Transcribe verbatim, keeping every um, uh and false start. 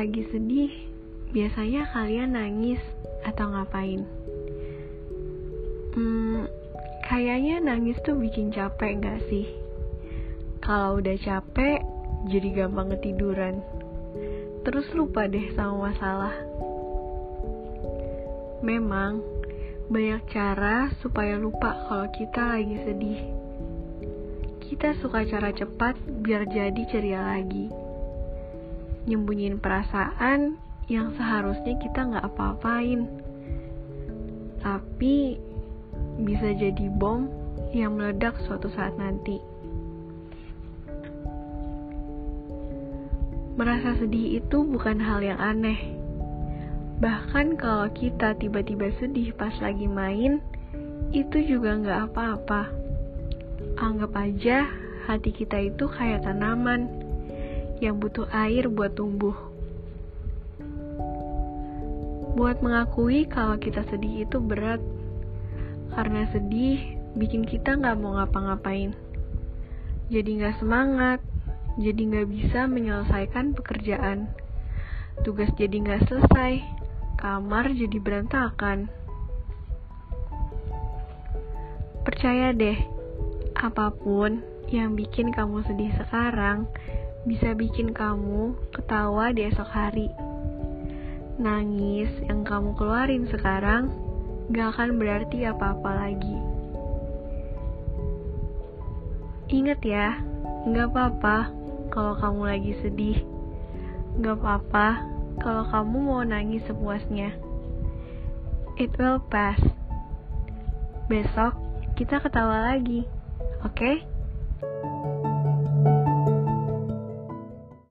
lagi sedih, biasanya kalian nangis atau ngapain? Hmm, kayaknya nangis tuh bikin capek gak sih? Kalau udah capek, jadi gampang ketiduran. Terus lupa deh sama masalah. Memang, banyak cara supaya lupa kalau kita lagi sedih. Kita suka cara cepat biar jadi ceria lagi. Nyembunyiin perasaan yang seharusnya kita gak apa-apain. Tapi, bisa jadi bom yang meledak suatu saat nanti. Merasa sedih itu bukan hal yang aneh. Bahkan kalau kita tiba-tiba sedih pas lagi main, itu juga gak apa-apa. Anggap aja hati kita itu kayak tanaman yang butuh air buat tumbuh. Buat mengakui kalau kita sedih itu berat. Karena sedih bikin kita gak mau ngapa-ngapain. Jadi gak semangat. Jadi gak bisa menyelesaikan pekerjaan. Tugas jadi gak selesai. Kamar jadi berantakan. Percaya deh, apapun yang bikin kamu sedih sekarang bisa bikin kamu ketawa di esok hari. Nangis yang kamu keluarin sekarang gak akan berarti apa-apa lagi. Ingat ya, gak apa-apa kalau kamu lagi sedih. Gak apa-apa kalau kamu mau nangis sepuasnya. It will pass. Besok kita ketawa lagi, oke? Okay?